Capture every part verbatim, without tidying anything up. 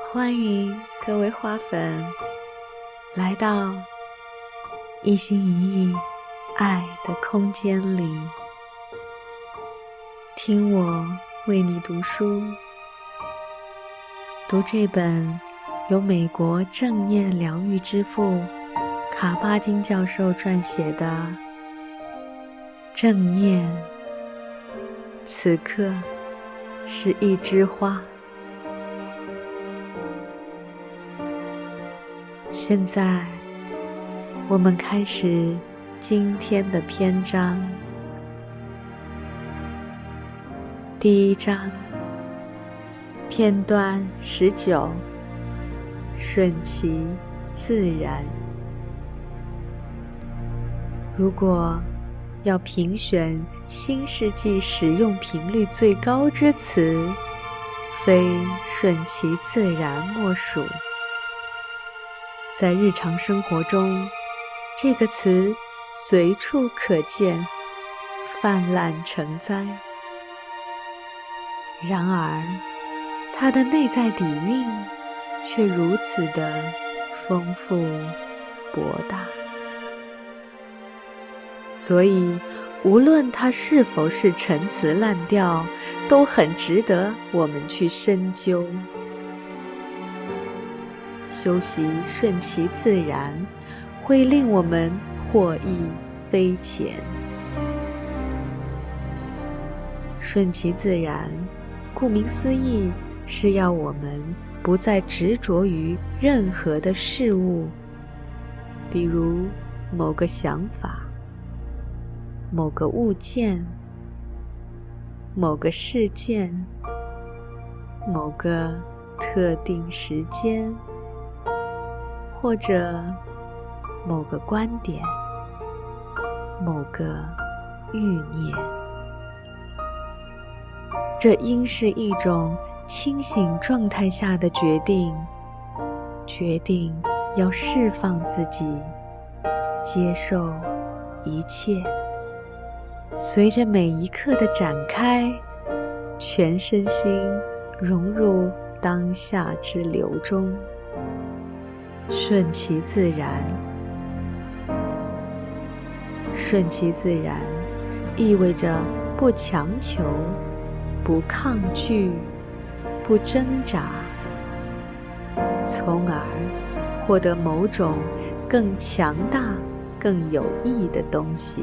欢迎各位花粉来到一心一意爱的空间里，听我为你读书，读这本由美国正念疗愈之父卡巴金教授撰写的《正念此刻是一枝花》。现在我们开始今天的篇章。第一章，片段十九，顺其自然。如果要评选新世纪使用频率最高之词，非顺其自然莫属。在日常生活中，这个词随处可见，泛滥成灾。然而，它的内在底蕴却如此的丰富博大。所以，无论它是否是陈词滥调，都很值得我们去深究。修习顺其自然，会令我们获益匪浅。顺其自然，顾名思义，是要我们不再执着于任何的事物，比如某个想法、某个物件、某个事件、某个特定时间，或者某个观点、某个欲念。这应是一种清醒状态下的决定，决定要释放自己，接受一切，随着每一刻的展开，全身心融入当下之流中，顺其自然。顺其自然意味着不强求，不抗拒，不挣扎，从而获得某种更强大、更有益的东西。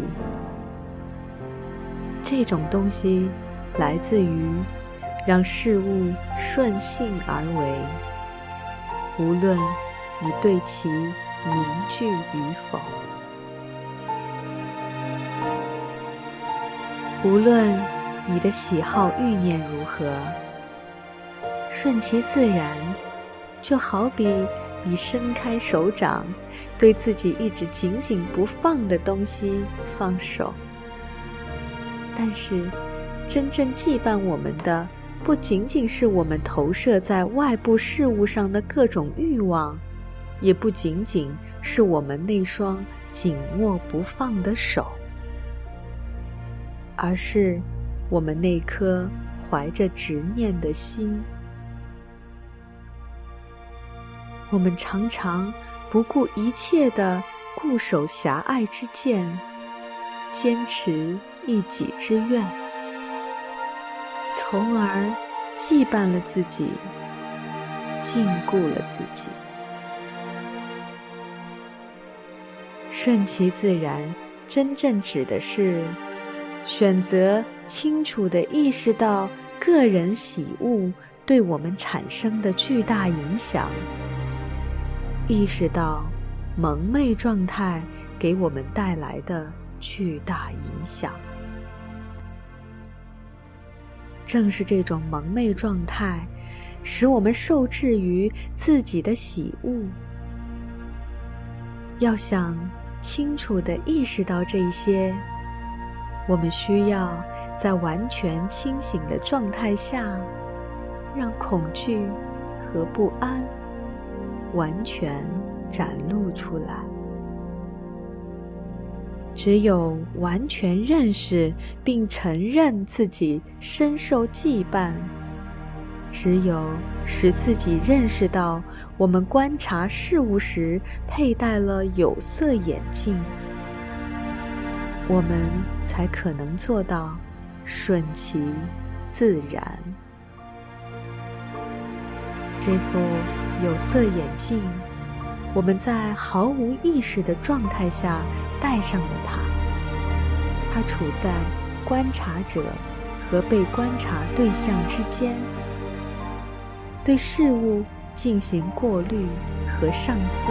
这种东西来自于让事物顺性而为，无论你对其凝聚与否。无论你的喜好欲念如何，顺其自然，就好比你伸开手掌，对自己一直紧紧不放的东西放手。但是，真正羁绊我们的，不仅仅是我们投射在外部事物上的各种欲望，也不仅仅是我们那双紧握不放的手，而是我们那颗怀着执念的心。我们常常不顾一切地固守狭隘之见，坚持一己之愿，从而羁绊了自己，禁锢了自己。顺其自然，真正指的是选择清楚地意识到个人喜恶对我们产生的巨大影响，意识到蒙昧状态给我们带来的巨大影响。正是这种蒙昧状态，使我们受制于自己的喜恶。要想清楚地意识到这些，我们需要在完全清醒的状态下，让恐惧和不安完全展露出来。只有完全认识并承认自己深受羁绊， 只有使自己认识到我们观察事物时佩戴了有色眼镜，我们才可能做到顺其自然。这副有色眼镜，我们在毫无意识的状态下戴上了它，它处在观察者和被观察对象之间，对事物进行过滤和上色，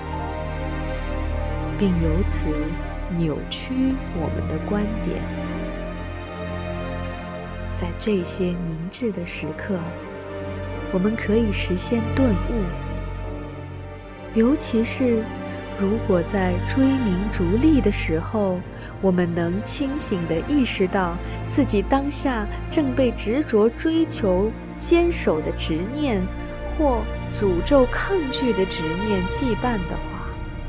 并由此扭曲我们的观点。在这些凝滞的时刻，我们可以实现顿悟，尤其是如果在追名逐利的时候，我们能清醒地意识到自己当下正被执着追求坚守的执念或诅咒抗拒的执念羁绊的话，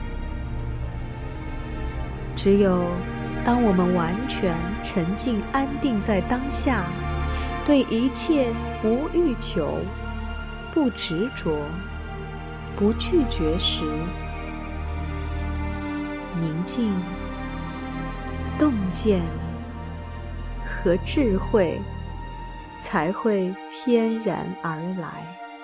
只有当我们完全沉静安定在当下，对一切无欲求、不执着、不拒绝时，宁静、洞见和智慧才会翩然而来。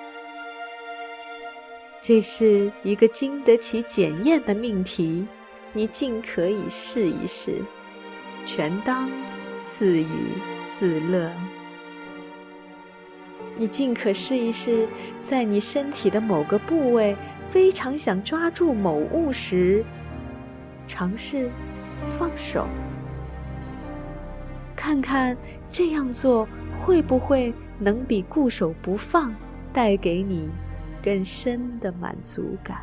这是一个经得起检验的命题，你尽可以试一试，全当自娱自乐。你尽可试一试，在你身体的某个部位非常想抓住某物时，尝试放手，看看这样做会不会能比固守不放带给你更深的满足感。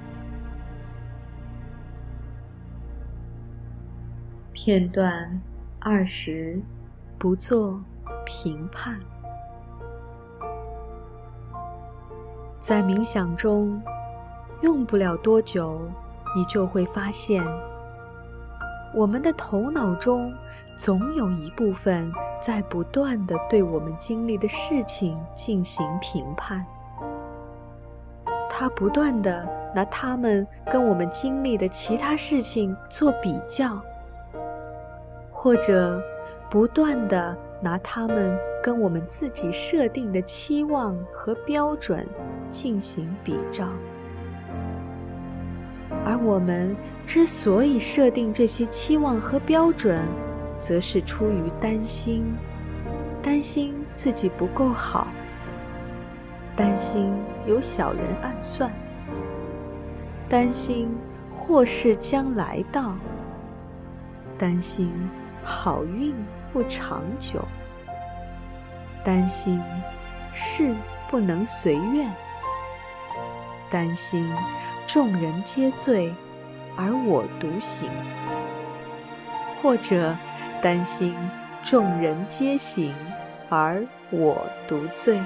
片段二十，不做评判。在冥想中，用不了多久，你就会发现，我们的头脑中总有一部分在不断地对我们经历的事情进行评判。它不断地拿它们跟我们经历的其他事情做比较，或者不断地拿它们跟我们自己设定的期望和标准进行比照。而我们之所以设定这些期望和标准，则是出于担心，担心自己不够好，担心有小人暗算，担心祸事将来到，担心好运不长久，担心事不能随愿，担心众人皆醉而我独醒，或者担心众人皆醒而我独醉。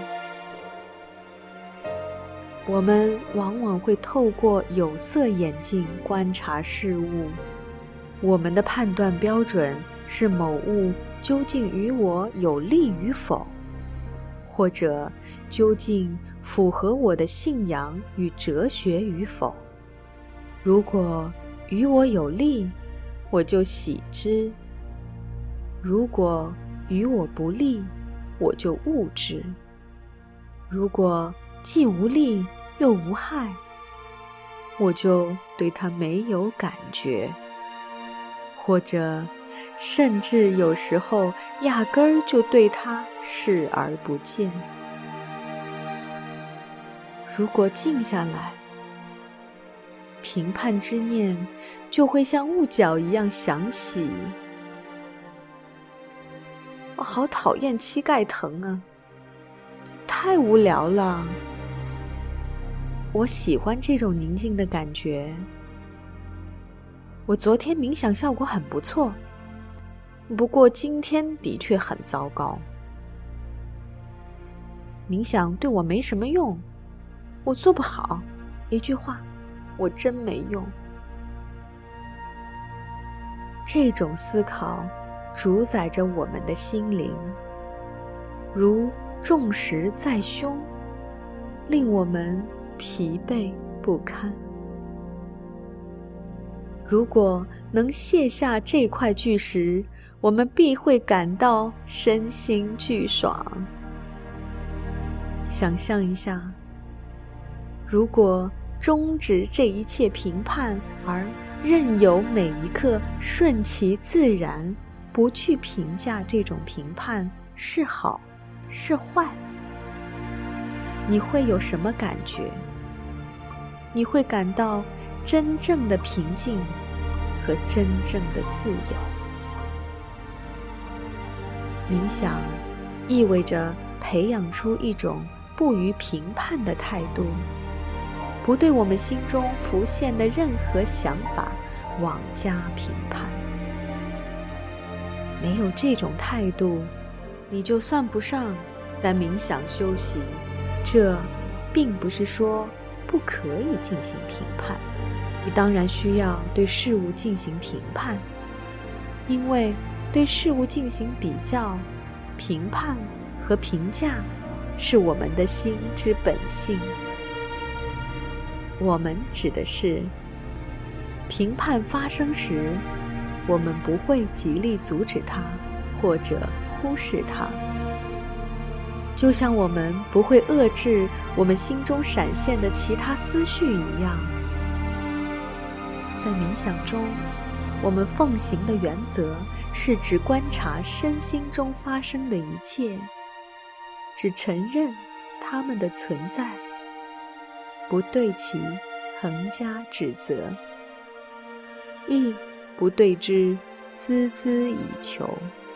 我们往往会透过有色眼镜观察事物，我们的判断标准是某物究竟与我有利与否，或者究竟符合我的信仰与哲学与否。如果与我有利，我就喜之；如果与我不利，我就恶之；如果既无利又无害，我就对它没有感觉，或者甚至有时候压根儿就对它视而不见。如果静下来，评判之念就会像雾角一样响起。我好讨厌膝盖疼啊，这太无聊了。我喜欢这种宁静的感觉。我昨天冥想效果很不错，不过今天的确很糟糕。冥想对我没什么用，我做不好。一句话，我真没用。这种思考主宰着我们的心灵，如重石在胸，令我们疲惫不堪。如果能卸下这块巨石，我们必会感到身心俱爽。想象一下，如果终止这一切评判，而任由每一刻顺其自然，不去评价这种评判是好是坏，你会有什么感觉？你会感到真正的平静和真正的自由。冥想意味着培养出一种不予评判的态度，不对我们心中浮现的任何想法妄加评判。没有这种态度，你就算不上在冥想修习。这并不是说不可以进行评判，你当然需要对事物进行评判，因为对事物进行比较、评判和评价是我们的心之本性。我们指的是评判发生时，我们不会极力阻止它或者忽视它，就像我们不会遏制我们心中闪现的其他思绪一样。在冥想中，我们奉行的原则是只观察身心中发生的一切，只承认它们的存在，不对其横加指责，亦不对之孜孜以求。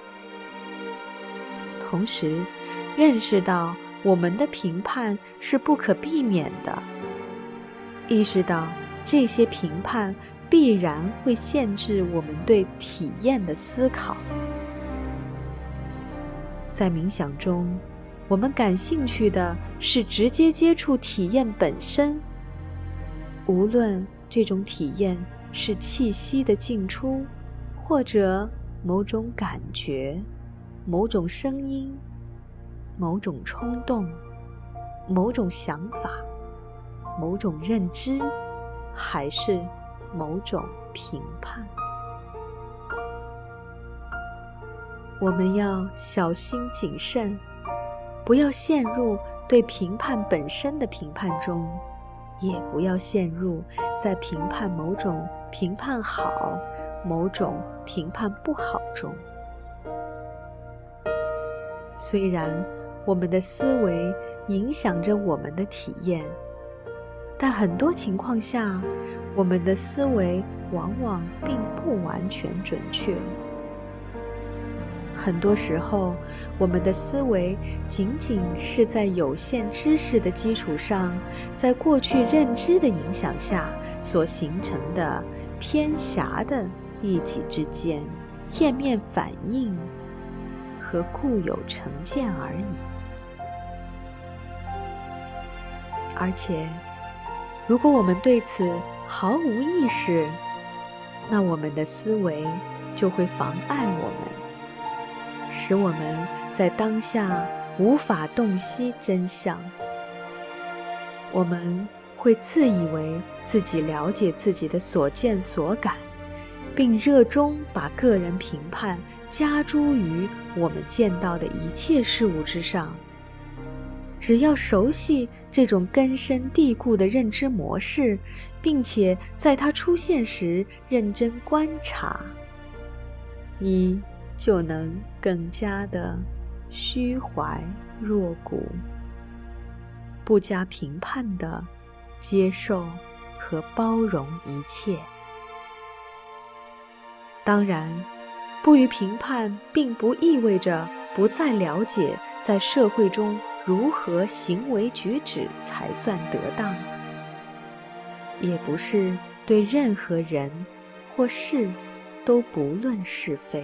同时认识到我们的评判是不可避免的，意识到这些评判必然会限制我们对体验的思考。在冥想中，我们感兴趣的是直接接触体验本身，无论这种体验是气息的进出，或者某种感觉、某种声音、某种冲动、某种想法、某种认知，还是某种评判。我们要小心谨慎，不要陷入对评判本身的评判中，也不要陷入在评判某种评判好、某种评判不好中。虽然我们的思维影响着我们的体验，但很多情况下，我们的思维往往并不完全准确。很多时候，我们的思维仅仅是在有限知识的基础上，在过去认知的影响下所形成的偏狭的一己之见、片面反应和固有成见而已。而且，如果我们对此毫无意识，那我们的思维就会妨碍我们，使我们在当下无法洞悉真相。我们会自以为自己了解自己的所见所感，并热衷把个人评判加诸于我们见到的一切事物之上。只要熟悉这种根深蒂固的认知模式，并且在它出现时认真观察，你就能更加的虚怀若谷，不加评判地接受和包容一切。当然，不予评判并不意味着不再了解在社会中如何行为举止才算得当，也不是对任何人或事都不论是非。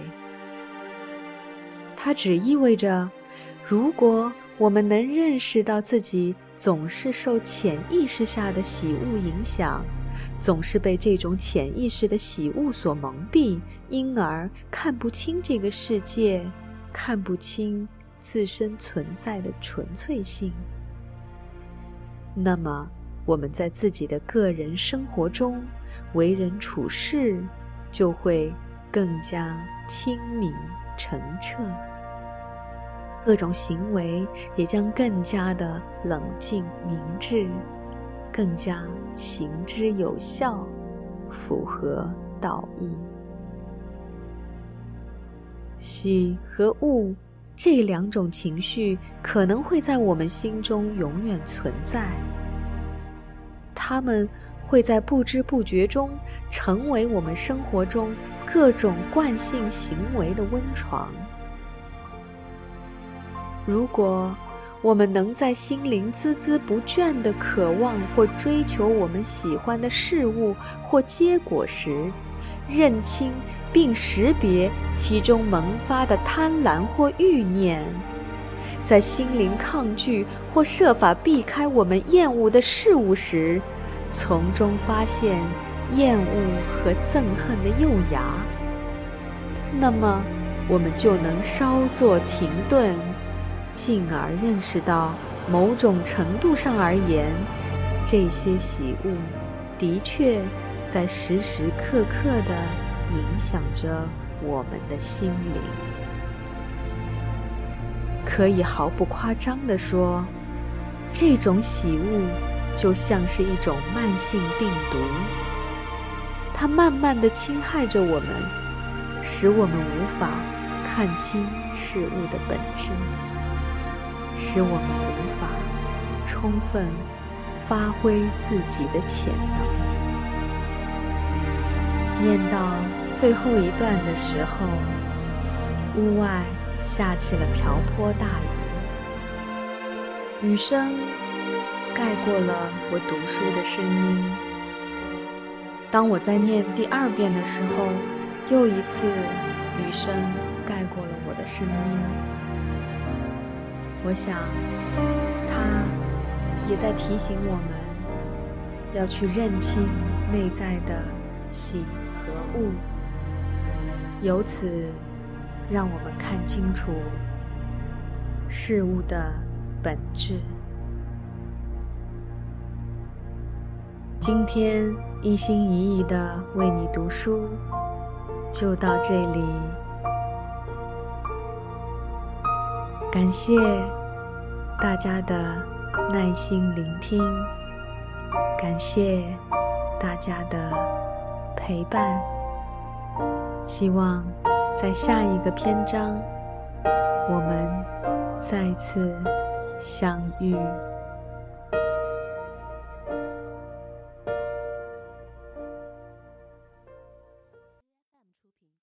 它只意味着，如果我们能认识到自己总是受潜意识下的喜恶影响，总是被这种潜意识的喜恶所蒙蔽，因而看不清这个世界，看不清自身存在的纯粹性，那么我们在自己的个人生活中为人处事就会更加清明澄澈，各种行为也将更加的冷静明智，更加行之有效，符合道义。喜和恶这两种情绪可能会在我们心中永远存在，它们会在不知不觉中成为我们生活中各种惯性行为的温床。如果我们能在心灵孜孜不倦地渴望或追求我们喜欢的事物或结果时，认清并识别其中萌发的贪婪或欲念，在心灵抗拒或设法避开我们厌恶的事物时，从中发现厌恶和憎恨的幼芽，那么我们就能稍作停顿，进而认识到某种程度上而言，这些喜恶的确在时时刻刻地影响着我们的心灵。可以毫不夸张地说，这种喜恶就像是一种慢性病毒，它慢慢地侵害着我们，使我们无法看清事物的本质，使我们无法充分发挥自己的潜能。念到最后一段的时候，屋外下起了瓢泼大雨，雨声盖过了我读书的声音。当我在念第二遍的时候，又一次雨声盖过了我的声音。我想，它也在提醒我们要去认清内在的喜和恶，由此让我们看清楚事物的本质。今天一心一意地为你读书，就到这里。感谢大家的耐心聆听，感谢大家的陪伴。希望在下一个篇章，我们再次相遇。